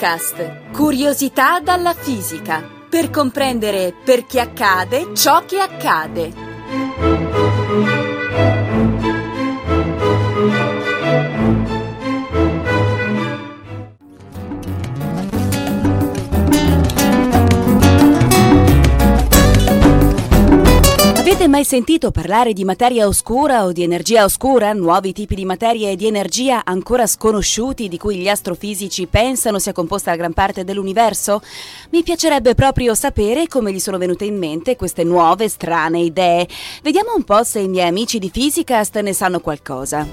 Fisicast, curiosità dalla fisica, per comprendere perché accade ciò che accade. Avete mai sentito parlare di materia oscura o di energia oscura? Nuovi tipi di materia e di energia ancora sconosciuti di cui gli astrofisici pensano sia composta gran parte dell'universo? Mi piacerebbe proprio sapere come gli sono venute in mente queste nuove strane idee. Vediamo un po' se i miei amici di Fizicast ne sanno qualcosa.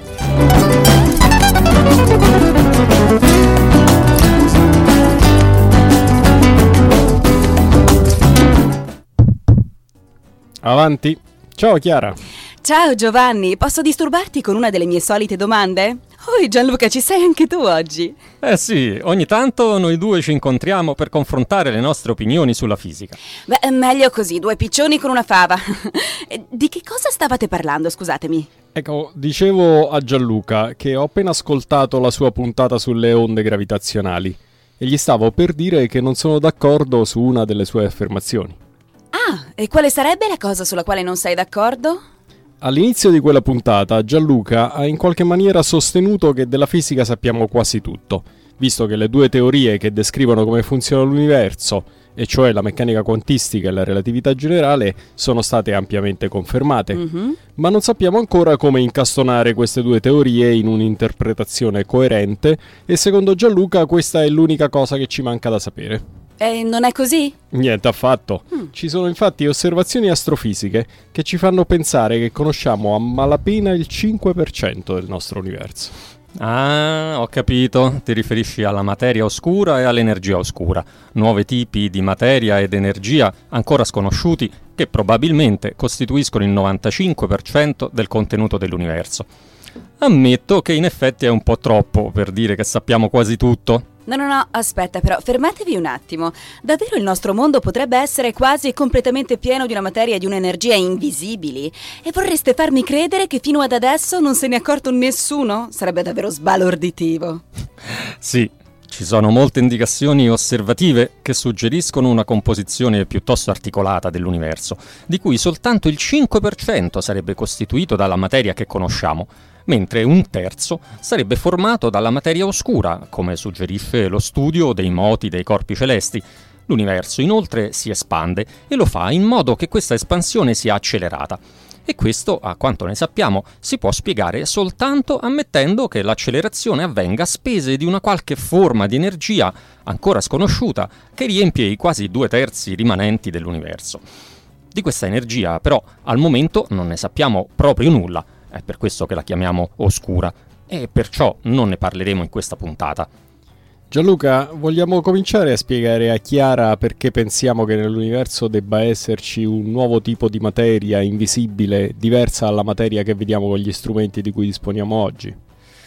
Avanti. Ciao Chiara. Ciao Giovanni, posso disturbarti con una delle mie solite domande? Oi Gianluca, ci sei anche tu oggi? Sì, ogni tanto noi due ci incontriamo per confrontare le nostre opinioni sulla fisica. Beh, meglio così, due piccioni con una fava. Di che cosa stavate parlando, scusatemi? Ecco, dicevo a Gianluca che ho appena ascoltato la sua puntata sulle onde gravitazionali e gli stavo per dire che non sono d'accordo su una delle sue affermazioni. Ah, e quale sarebbe la cosa sulla quale non sei d'accordo? All'inizio di quella puntata Gianluca ha in qualche maniera sostenuto che della fisica sappiamo quasi tutto, visto che le due teorie che descrivono come funziona l'universo, e cioè la meccanica quantistica e la relatività generale, sono state ampiamente confermate. Ma non sappiamo ancora come incastonare queste due teorie in un'interpretazione coerente e secondo Gianluca questa è l'unica cosa che ci manca da sapere. E non è così? Niente affatto. Ci sono infatti osservazioni astrofisiche che ci fanno pensare che conosciamo a malapena il 5% del nostro universo. Ah, ho capito. Ti riferisci alla materia oscura e all'energia oscura. Nuovi tipi di materia ed energia ancora sconosciuti che probabilmente costituiscono il 95% del contenuto dell'universo. Ammetto che in effetti è un po' troppo per dire che sappiamo quasi tutto. No, aspetta però, fermatevi un attimo. Davvero il nostro mondo potrebbe essere quasi completamente pieno di una materia e di un'energia invisibili? E vorreste farmi credere che fino ad adesso non se ne è accorto nessuno? Sarebbe davvero sbalorditivo. Sì, ci sono molte indicazioni osservative che suggeriscono una composizione piuttosto articolata dell'universo, di cui soltanto il 5% sarebbe costituito dalla materia che conosciamo, mentre un terzo sarebbe formato dalla materia oscura, come suggerisce lo studio dei moti dei corpi celesti. L'universo inoltre si espande e lo fa in modo che questa espansione sia accelerata. E questo, a quanto ne sappiamo, si può spiegare soltanto ammettendo che l'accelerazione avvenga a spese di una qualche forma di energia ancora sconosciuta che riempie i quasi 2/3 rimanenti dell'universo. Di questa energia, però, al momento non ne sappiamo proprio nulla. È per questo che la chiamiamo oscura e perciò non ne parleremo in questa puntata. Gianluca, vogliamo cominciare a spiegare a Chiara perché pensiamo che nell'universo debba esserci un nuovo tipo di materia invisibile, diversa dalla materia che vediamo con gli strumenti di cui disponiamo oggi?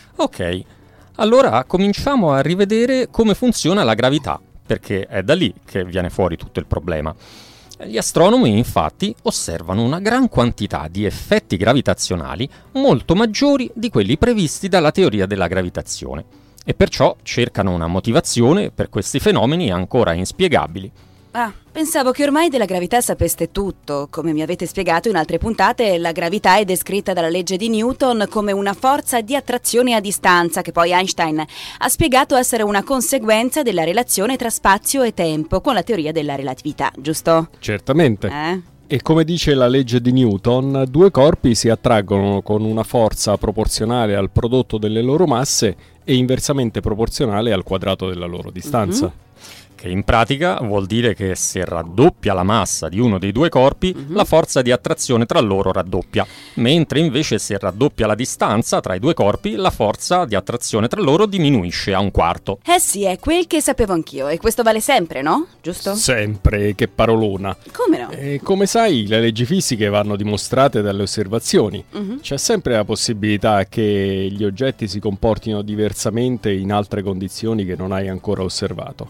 Ok, allora cominciamo a rivedere come funziona la gravità, perché è da lì che viene fuori tutto il problema. Gli astronomi infatti osservano una gran quantità di effetti gravitazionali molto maggiori di quelli previsti dalla teoria della gravitazione e perciò cercano una motivazione per questi fenomeni ancora inspiegabili. Ah, pensavo che ormai della gravità sapeste tutto. Come mi avete spiegato in altre puntate, la gravità è descritta dalla legge di Newton come una forza di attrazione a distanza che poi Einstein ha spiegato essere una conseguenza della relazione tra spazio e tempo con la teoria della relatività, giusto? Certamente. E come dice la legge di Newton, due corpi si attraggono con una forza proporzionale al prodotto delle loro masse e inversamente proporzionale al quadrato della loro distanza. Che in pratica vuol dire che se raddoppia la massa di uno dei due corpi, la forza di attrazione tra loro raddoppia, mentre invece se raddoppia la distanza tra i due corpi, la forza di attrazione tra loro diminuisce a 1/4. Sì, è quel che sapevo anch'io, e questo vale sempre, no? Giusto? Sempre, che parolona. Come no? Come sai, le leggi fisiche vanno dimostrate dalle osservazioni. C'è sempre la possibilità che gli oggetti si comportino diversamente in altre condizioni che non hai ancora osservato.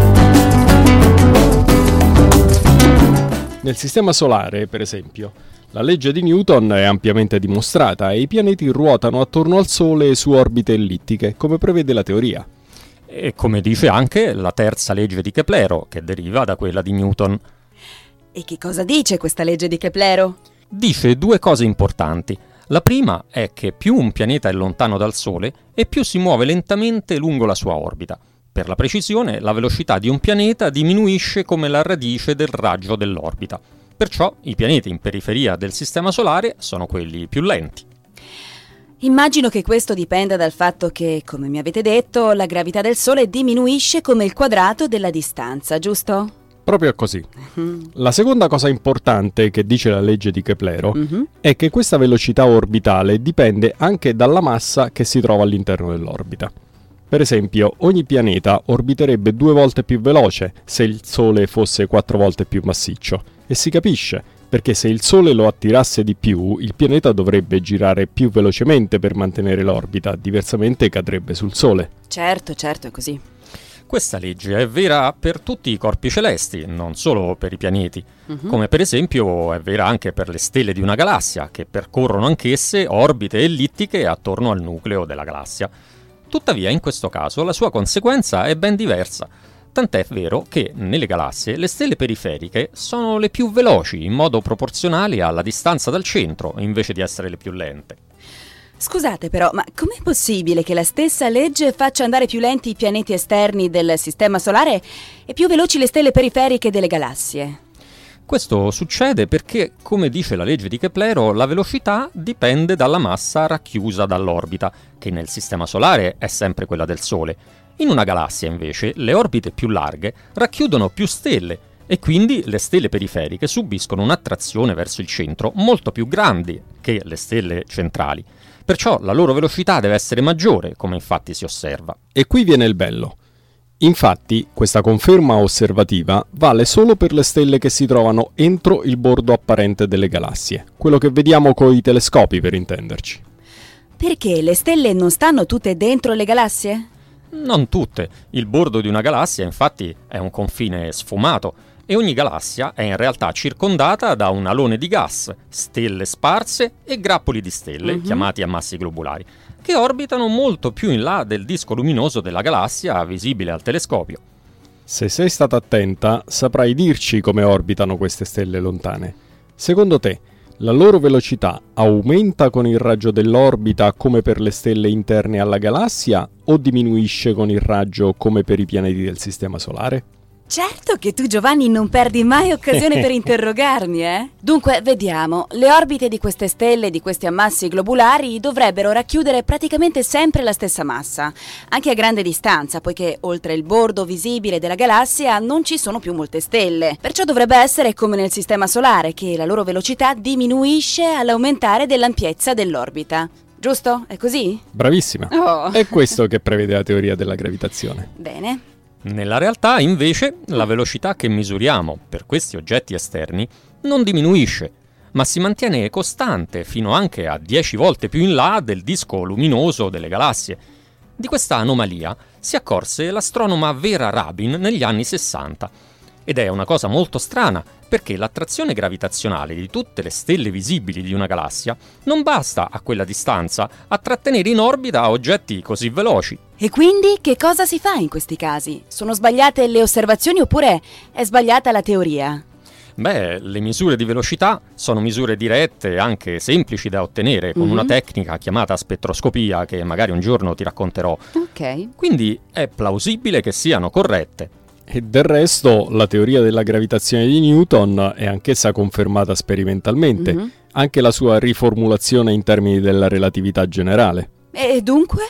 Nel sistema solare, per esempio, La legge di Newton è ampiamente dimostrata e i pianeti ruotano attorno al Sole su orbite ellittiche, come prevede la teoria. E come dice anche la terza legge di Keplero, che deriva da quella di Newton. E che cosa dice questa legge di Keplero? Dice due cose importanti. La prima è che più un pianeta è lontano dal Sole e più si muove lentamente lungo la sua orbita. Per la precisione, la velocità di un pianeta diminuisce come la radice del raggio dell'orbita. Perciò i pianeti in periferia del Sistema Solare sono quelli più lenti. Immagino che questo dipenda dal fatto che, come mi avete detto, la gravità del Sole diminuisce come il quadrato della distanza, giusto? Proprio così. La seconda cosa importante che dice la legge di Keplero è che questa velocità orbitale dipende anche dalla massa che si trova all'interno dell'orbita. Per esempio, ogni pianeta orbiterebbe 2 volte più veloce se il Sole fosse 4 volte più massiccio. E si capisce, perché se il Sole lo attirasse di più, il pianeta dovrebbe girare più velocemente per mantenere l'orbita, diversamente cadrebbe sul Sole. Certo, è così. Questa legge è vera per tutti i corpi celesti, non solo per i pianeti, come per esempio è vera anche per le stelle di una galassia, che percorrono anch'esse orbite ellittiche attorno al nucleo della galassia. Tuttavia, in questo caso, la sua conseguenza è ben diversa. Tant'è vero che nelle galassie le stelle periferiche sono le più veloci in modo proporzionale alla distanza dal centro, invece di essere le più lente. Scusate però, ma com'è possibile che la stessa legge faccia andare più lenti i pianeti esterni del Sistema Solare e più veloci le stelle periferiche delle galassie? Questo succede perché, come dice la legge di Keplero, la velocità dipende dalla massa racchiusa dall'orbita, che nel Sistema Solare è sempre quella del Sole. In una galassia, invece, le orbite più larghe racchiudono più stelle e quindi le stelle periferiche subiscono un'attrazione verso il centro molto più grande che le stelle centrali. Perciò la loro velocità deve essere maggiore, come infatti si osserva. E qui viene il bello. Infatti, questa conferma osservativa vale solo per le stelle che si trovano entro il bordo apparente delle galassie, quello che vediamo coi telescopi, per intenderci. Perché le stelle non stanno tutte dentro le galassie? Non tutte. Il bordo di una galassia, infatti, è un confine sfumato e ogni galassia è in realtà circondata da un alone di gas, stelle sparse e grappoli di stelle, chiamati ammassi globulari, che orbitano molto più in là del disco luminoso della galassia visibile al telescopio. Se sei stata attenta, saprai dirci come orbitano queste stelle lontane. Secondo te, la loro velocità aumenta con il raggio dell'orbita come per le stelle interne alla galassia o diminuisce con il raggio come per i pianeti del Sistema Solare? Certo che tu, Giovanni, non perdi mai occasione per interrogarmi, Dunque, vediamo. Le orbite di queste stelle, di questi ammassi globulari, dovrebbero racchiudere praticamente sempre la stessa massa, anche a grande distanza, poiché oltre il bordo visibile della galassia non ci sono più molte stelle. Perciò dovrebbe essere come nel Sistema Solare, che la loro velocità diminuisce all'aumentare dell'ampiezza dell'orbita. Giusto? È così? Bravissima. Oh. È questo che prevede la teoria della gravitazione. Bene. Nella realtà, invece, la velocità che misuriamo per questi oggetti esterni non diminuisce, ma si mantiene costante fino anche a 10 volte più in là del disco luminoso delle galassie. Di questa anomalia si accorse l'astronoma Vera Rabin negli anni 60. Ed è una cosa molto strana, perché l'attrazione gravitazionale di tutte le stelle visibili di una galassia non basta a quella distanza a trattenere in orbita oggetti così veloci. E quindi che cosa si fa in questi casi? Sono sbagliate le osservazioni oppure è sbagliata la teoria? Beh, le misure di velocità sono misure dirette e anche semplici da ottenere con una tecnica chiamata spettroscopia che magari un giorno ti racconterò. Ok. Quindi è plausibile che siano corrette. E del resto, la teoria della gravitazione di Newton è anch'essa confermata sperimentalmente, anche la sua riformulazione in termini della relatività generale. E dunque?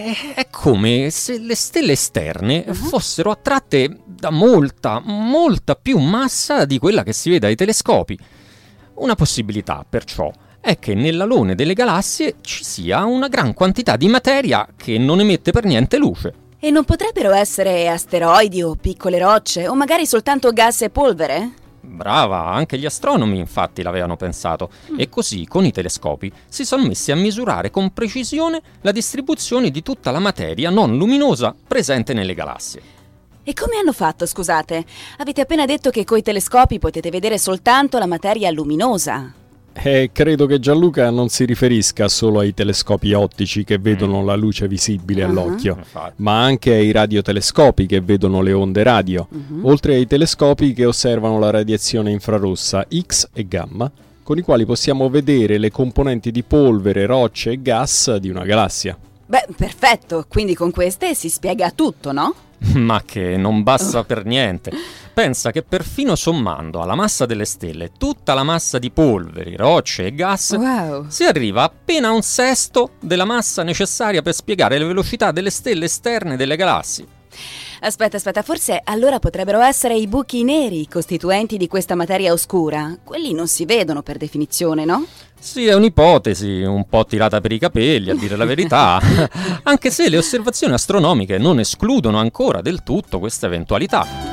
È come se le stelle esterne fossero attratte da molta più massa di quella che si vede ai telescopi. Una possibilità, perciò, è che nell'alone delle galassie ci sia una gran quantità di materia che non emette per niente luce. E non potrebbero essere asteroidi o piccole rocce, o magari soltanto gas e polvere? Brava, anche gli astronomi infatti l'avevano pensato, e così con i telescopi si sono messi a misurare con precisione la distribuzione di tutta la materia non luminosa presente nelle galassie. E come hanno fatto, scusate? Avete appena detto che coi telescopi potete vedere soltanto la materia luminosa. Credo che Gianluca non si riferisca solo ai telescopi ottici che vedono la luce visibile all'occhio, ma anche ai radiotelescopi che vedono le onde radio, oltre ai telescopi che osservano la radiazione infrarossa X e gamma, con i quali possiamo vedere le componenti di polvere, rocce e gas di una galassia. Beh, perfetto, quindi con queste si spiega tutto, no? Ma che non basta per niente. Pensa che perfino sommando alla massa delle stelle tutta la massa di polveri, rocce e gas, si arriva appena a un sesto della massa necessaria per spiegare le velocità delle stelle esterne delle galassie. Aspetta, forse allora potrebbero essere i buchi neri costituenti di questa materia oscura. Quelli non si vedono per definizione, no? Sì, è un'ipotesi un po' tirata per i capelli, a dire la verità, anche se le osservazioni astronomiche non escludono ancora del tutto questa eventualità.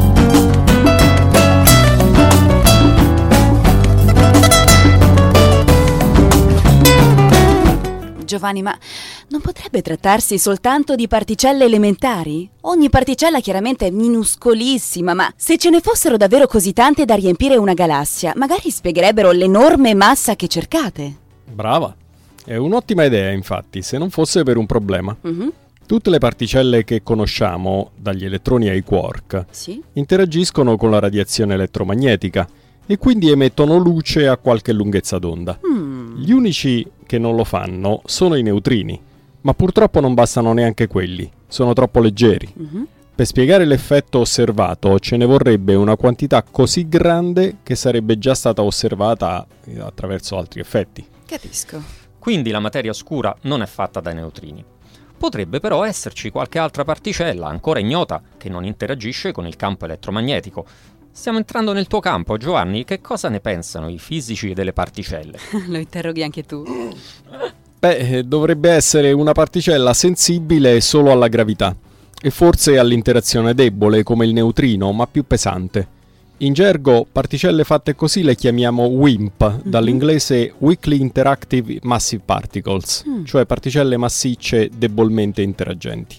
Giovanni, ma non potrebbe trattarsi soltanto di particelle elementari? Ogni particella chiaramente è minuscolissima, ma se ce ne fossero davvero così tante da riempire una galassia, magari spiegherebbero l'enorme massa che cercate. Brava! È un'ottima idea, infatti, se non fosse per un problema. Tutte le particelle che conosciamo, dagli elettroni ai quark, interagiscono con la radiazione elettromagnetica e quindi emettono luce a qualche lunghezza d'onda. Gli unici che non lo fanno sono i neutrini, ma purtroppo non bastano neanche quelli, sono troppo leggeri. Per spiegare l'effetto osservato ce ne vorrebbe una quantità così grande che sarebbe già stata osservata attraverso altri effetti. Capisco. Quindi la materia oscura non è fatta dai neutrini. Potrebbe però esserci qualche altra particella ancora ignota che non interagisce con il campo elettromagnetico. Stiamo entrando nel tuo campo, Giovanni. Che cosa ne pensano i fisici delle particelle? Lo interroghi anche tu? Beh, dovrebbe essere una particella sensibile solo alla gravità e forse all'interazione debole come il neutrino, ma più pesante. In gergo, particelle fatte così le chiamiamo WIMP, dall'inglese Weakly Interactive Massive Particles, cioè particelle massicce debolmente interagenti.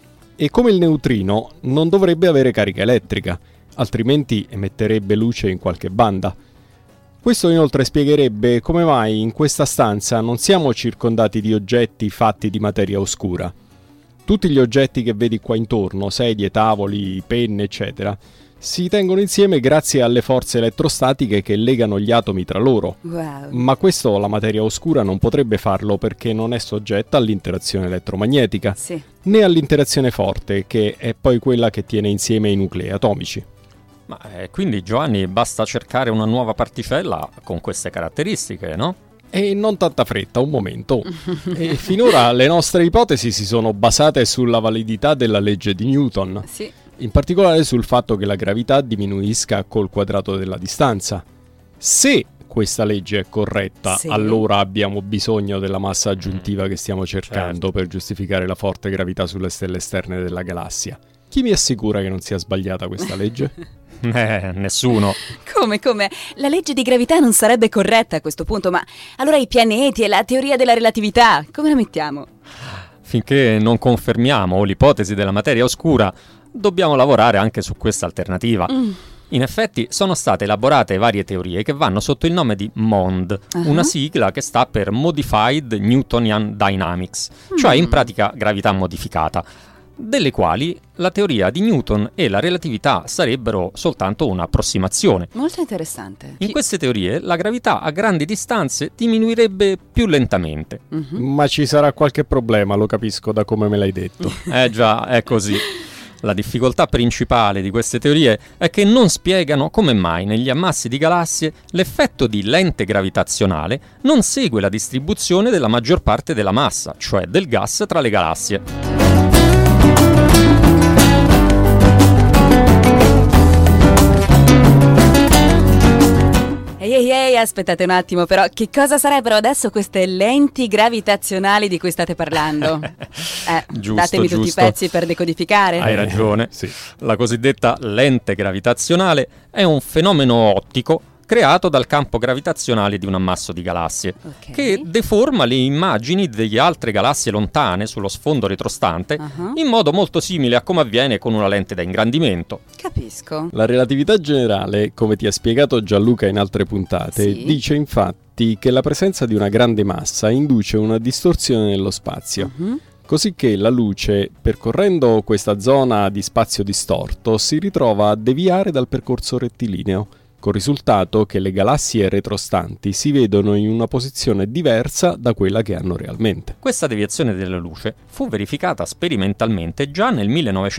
E come il neutrino non dovrebbe avere carica elettrica, altrimenti emetterebbe luce in qualche banda. Questo inoltre spiegherebbe come mai in questa stanza non siamo circondati di oggetti fatti di materia oscura. Tutti gli oggetti che vedi qua intorno, sedie, tavoli, penne, eccetera, si tengono insieme grazie alle forze elettrostatiche che legano gli atomi tra loro. Ma questo la materia oscura non potrebbe farlo perché non è soggetta all'interazione elettromagnetica, né all'interazione forte, che è poi quella che tiene insieme i nuclei atomici. Ma quindi, Giovanni, basta cercare una nuova particella con queste caratteristiche, no? E non tanta fretta, un momento. E finora le nostre ipotesi si sono basate sulla validità della legge di Newton. In particolare sul fatto che la gravità diminuisca col quadrato della distanza. Se questa legge è corretta, allora abbiamo bisogno della massa aggiuntiva che stiamo cercando per giustificare la forte gravità sulle stelle esterne della galassia. Chi mi assicura che non sia sbagliata questa legge? Nessuno. Come? La legge di gravità non sarebbe corretta a questo punto, ma allora i pianeti e la teoria della relatività, come la mettiamo? Finché non confermiamo l'ipotesi della materia oscura, dobbiamo lavorare anche su questa alternativa. In effetti sono state elaborate varie teorie che vanno sotto il nome di MOND, una sigla che sta per Modified Newtonian Dynamics, cioè in pratica gravità modificata, delle quali la teoria di Newton e la relatività sarebbero soltanto un'approssimazione. Molto interessante. In queste teorie la gravità a grandi distanze diminuirebbe più lentamente. Ma ci sarà qualche problema, lo capisco da come me l'hai detto. Già, è così. La difficoltà principale di queste teorie è che non spiegano come mai negli ammassi di galassie l'effetto di lente gravitazionale non segue la distribuzione della maggior parte della massa, cioè del gas tra le galassie. Ehi, aspettate un attimo, però, che cosa sarebbero adesso queste lenti gravitazionali di cui state parlando? Datemi tutti i pezzi per decodificare. Hai ragione. La cosiddetta lente gravitazionale è un fenomeno ottico creato dal campo gravitazionale di un ammasso di galassie, che deforma le immagini delle altre galassie lontane sullo sfondo retrostante in modo molto simile a come avviene con una lente da ingrandimento. Capisco. La relatività generale, come ti ha spiegato Gianluca in altre puntate, dice infatti che la presenza di una grande massa induce una distorsione nello spazio. Così che la luce, percorrendo questa zona di spazio distorto, si ritrova a deviare dal percorso rettilineo, col risultato che le galassie retrostanti si vedono in una posizione diversa da quella che hanno realmente. Questa deviazione della luce fu verificata sperimentalmente già nel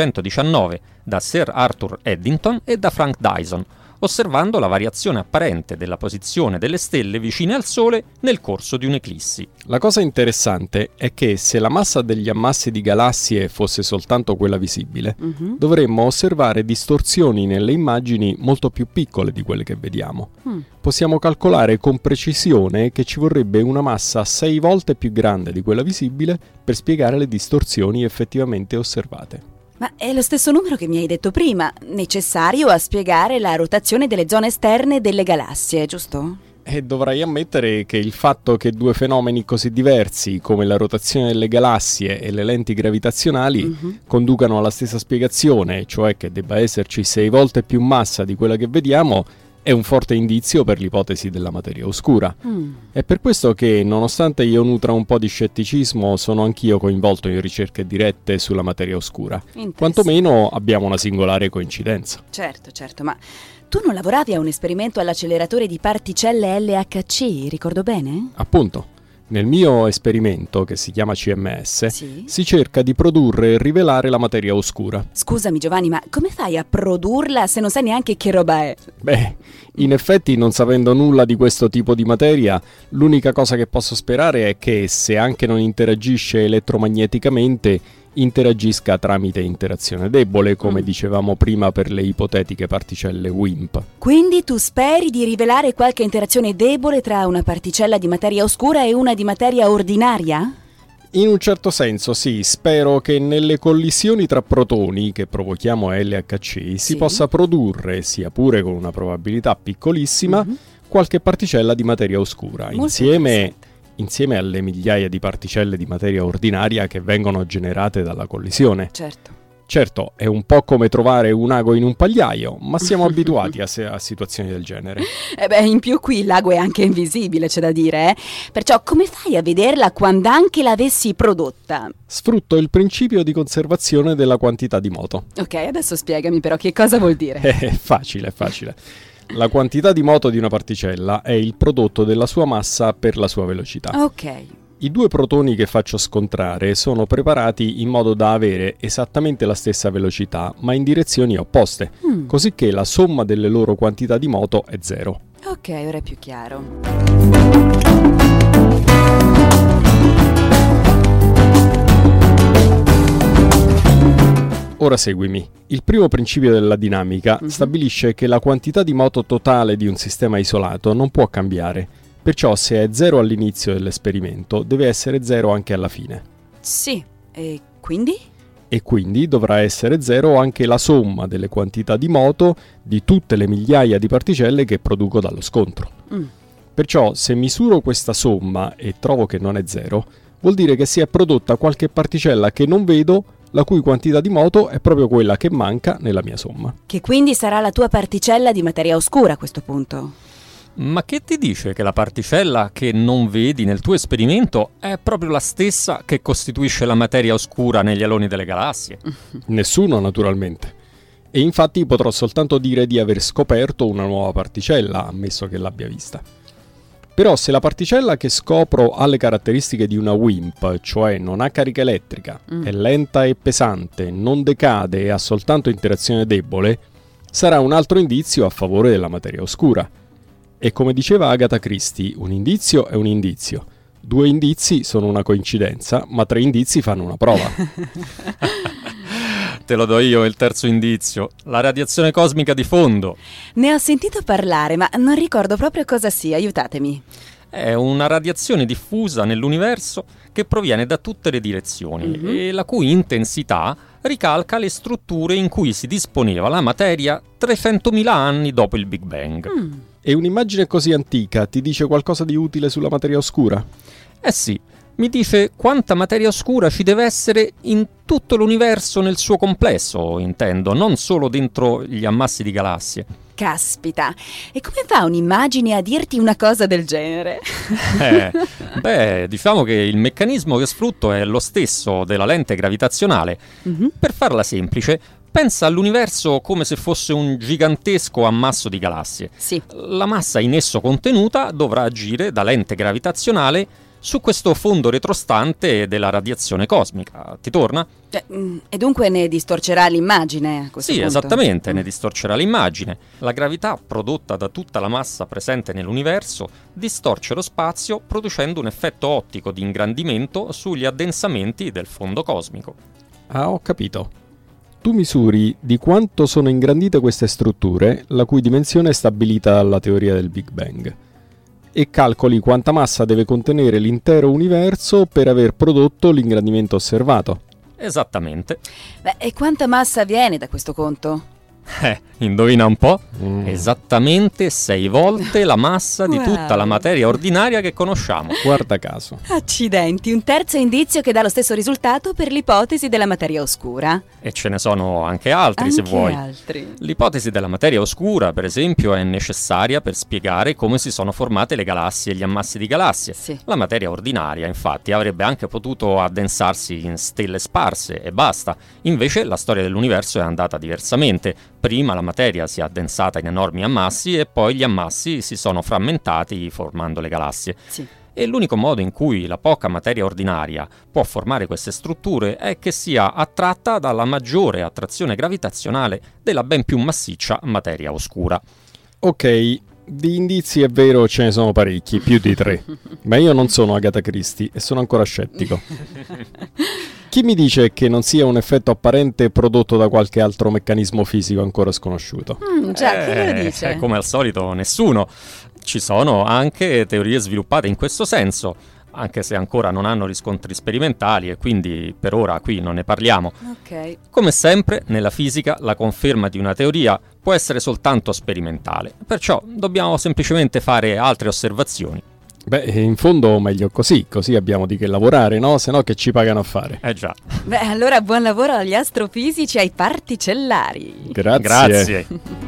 1919 da Sir Arthur Eddington e da Frank Dyson, osservando la variazione apparente della posizione delle stelle vicine al Sole nel corso di un'eclissi. La cosa interessante è che se la massa degli ammassi di galassie fosse soltanto quella visibile, dovremmo osservare distorsioni nelle immagini molto più piccole di quelle che vediamo. Possiamo calcolare con precisione che ci vorrebbe una massa 6 volte più grande di quella visibile per spiegare le distorsioni effettivamente osservate. Ma è lo stesso numero che mi hai detto prima, necessario a spiegare la rotazione delle zone esterne delle galassie, giusto? E dovrai ammettere che il fatto che due fenomeni così diversi come la rotazione delle galassie e le lenti gravitazionali conducano alla stessa spiegazione, cioè che debba esserci 6 volte più massa di quella che vediamo, è un forte indizio per l'ipotesi della materia oscura. È per questo che, nonostante io nutra un po' di scetticismo, sono anch'io coinvolto in ricerche dirette sulla materia oscura. Quantomeno abbiamo una singolare coincidenza. Certo, ma tu non lavoravi a un esperimento all'acceleratore di particelle LHC, ricordo bene? Appunto. Nel mio esperimento, che si chiama CMS, si cerca di produrre e rivelare la materia oscura. Scusami Giovanni, ma come fai a produrla se non sai neanche che roba è? Beh, in effetti, non sapendo nulla di questo tipo di materia, l'unica cosa che posso sperare è che, se anche non interagisce elettromagneticamente, interagisca tramite interazione debole, come dicevamo prima per le ipotetiche particelle WIMP. Quindi tu speri di rivelare qualche interazione debole tra una particella di materia oscura e una di materia ordinaria? In un certo senso sì, spero che nelle collisioni tra protoni che provochiamo a LHC si possa produrre, sia pure con una probabilità piccolissima, qualche particella di materia oscura, insieme alle migliaia di particelle di materia ordinaria che vengono generate dalla collisione. Certo, è un po' come trovare un ago in un pagliaio, ma siamo abituati a situazioni del genere. In più qui l'ago è anche invisibile, c'è da dire, eh? Perciò come fai a vederla quando anche l'avessi prodotta? Sfrutto il principio di conservazione della quantità di moto. Ok, adesso spiegami però che cosa vuol dire. È facile. La quantità di moto di una particella è il prodotto della sua massa per la sua velocità. Ok. I due protoni che faccio scontrare sono preparati in modo da avere esattamente la stessa velocità, ma in direzioni opposte, così che la somma delle loro quantità di moto è 0. Ok, ora è più chiaro. Ora seguimi. Il primo principio della dinamica stabilisce che la quantità di moto totale di un sistema isolato non può cambiare. Perciò se è 0 all'inizio dell'esperimento, deve essere 0 anche alla fine. Sì, e quindi? E quindi dovrà essere 0 anche la somma delle quantità di moto di tutte le migliaia di particelle che produco dallo scontro. Perciò se misuro questa somma e trovo che non è 0, vuol dire che si è prodotta qualche particella che non vedo, la cui quantità di moto è proprio quella che manca nella mia somma. Che quindi sarà la tua particella di materia oscura a questo punto. Ma che ti dice che la particella che non vedi nel tuo esperimento è proprio la stessa che costituisce la materia oscura negli aloni delle galassie? Nessuno, naturalmente. E infatti potrò soltanto dire di aver scoperto una nuova particella, ammesso che l'abbia vista. Però se la particella che scopro ha le caratteristiche di una WIMP, cioè non ha carica elettrica, è lenta e pesante, non decade e ha soltanto interazione debole, sarà un altro indizio a favore della materia oscura. E come diceva Agatha Christie, un indizio è un indizio. 2 indizi sono una coincidenza, ma 3 indizi fanno una prova. Te lo do io il terzo indizio, la radiazione cosmica di fondo. Ne ho sentito parlare, ma non ricordo proprio cosa sia, aiutatemi. È una radiazione diffusa nell'universo che proviene da tutte le direzioni e la cui intensità ricalca le strutture in cui si disponeva la materia 300.000 anni dopo il Big Bang. E un'immagine così antica ti dice qualcosa di utile sulla materia oscura? Eh sì, mi dice quanta materia oscura ci deve essere in tutto l'universo nel suo complesso, intendo, non solo dentro gli ammassi di galassie. Caspita, e come fa un'immagine a dirti una cosa del genere? Diciamo che il meccanismo che sfrutto è lo stesso della lente gravitazionale. Per farla semplice, pensa all'universo come se fosse un gigantesco ammasso di galassie. Sì. La massa in esso contenuta dovrà agire da lente gravitazionale su questo fondo retrostante della radiazione cosmica. Ti torna? E dunque ne distorcerà l'immagine a questo Sì, punto? esattamente, ne distorcerà l'immagine. La gravità prodotta da tutta la massa presente nell'universo distorce lo spazio producendo un effetto ottico di ingrandimento sugli addensamenti del fondo cosmico. Ah, ho capito. Tu misuri di quanto sono ingrandite queste strutture, la cui dimensione è stabilita dalla teoria del Big Bang, e calcoli quanta massa deve contenere l'intero universo per aver prodotto l'ingrandimento osservato. Esattamente. E quanta massa viene da questo conto? Indovina un po'? Esattamente 6 volte la massa di Wow. tutta la materia ordinaria che conosciamo. Guarda caso. Accidenti, un terzo indizio che dà lo stesso risultato per l'ipotesi della materia oscura. E ce ne sono anche altri, se vuoi. Altri. L'ipotesi della materia oscura, per esempio, è necessaria per spiegare come si sono formate le galassie e gli ammassi di galassie. Sì. La materia ordinaria, infatti, avrebbe anche potuto addensarsi in stelle sparse e basta. Invece la storia dell'universo è andata diversamente. Prima la materia si è addensata in enormi ammassi e poi gli ammassi si sono frammentati formando le galassie. Sì. E l'unico modo in cui la poca materia ordinaria può formare queste strutture è che sia attratta dalla maggiore attrazione gravitazionale della ben più massiccia materia oscura. Ok, di indizi è vero ce ne sono parecchi, più di 3. Ma io non sono Agatha Christie e sono ancora scettico. Chi mi dice che non sia un effetto apparente prodotto da qualche altro meccanismo fisico ancora sconosciuto? Già, chi lo dice? Come al solito nessuno. Ci sono anche teorie sviluppate in questo senso, anche se ancora non hanno riscontri sperimentali e quindi per ora qui non ne parliamo. Ok. Come sempre, nella fisica la conferma di una teoria può essere soltanto sperimentale, perciò dobbiamo semplicemente fare altre osservazioni. Beh, in fondo meglio così abbiamo di che lavorare, no? Se no che ci pagano a fare. Già. Beh, allora buon lavoro agli astrofisici e ai particellari. Grazie.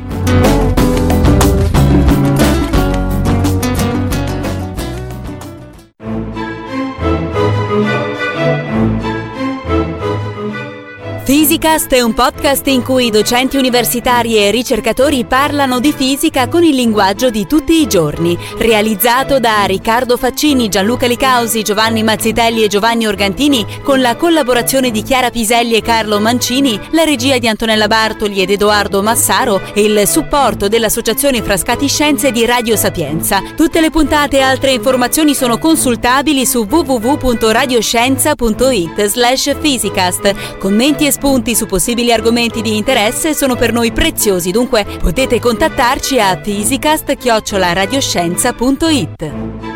Fisicast è un podcast in cui docenti universitari e ricercatori parlano di fisica con il linguaggio di tutti i giorni. Realizzato da Riccardo Faccini, Gianluca Licausi, Giovanni Mazzitelli e Giovanni Organtini, con la collaborazione di Chiara Piselli e Carlo Mancini, la regia di Antonella Bartoli ed Edoardo Massaro e il supporto dell'Associazione Frascati Scienze di Radio Sapienza. Tutte le puntate e altre informazioni sono consultabili su www.radioscienza.it/fisicast. Commenti e spunti su possibili argomenti di interesse sono per noi preziosi, dunque potete contattarci a fisicast@radioscienza.it.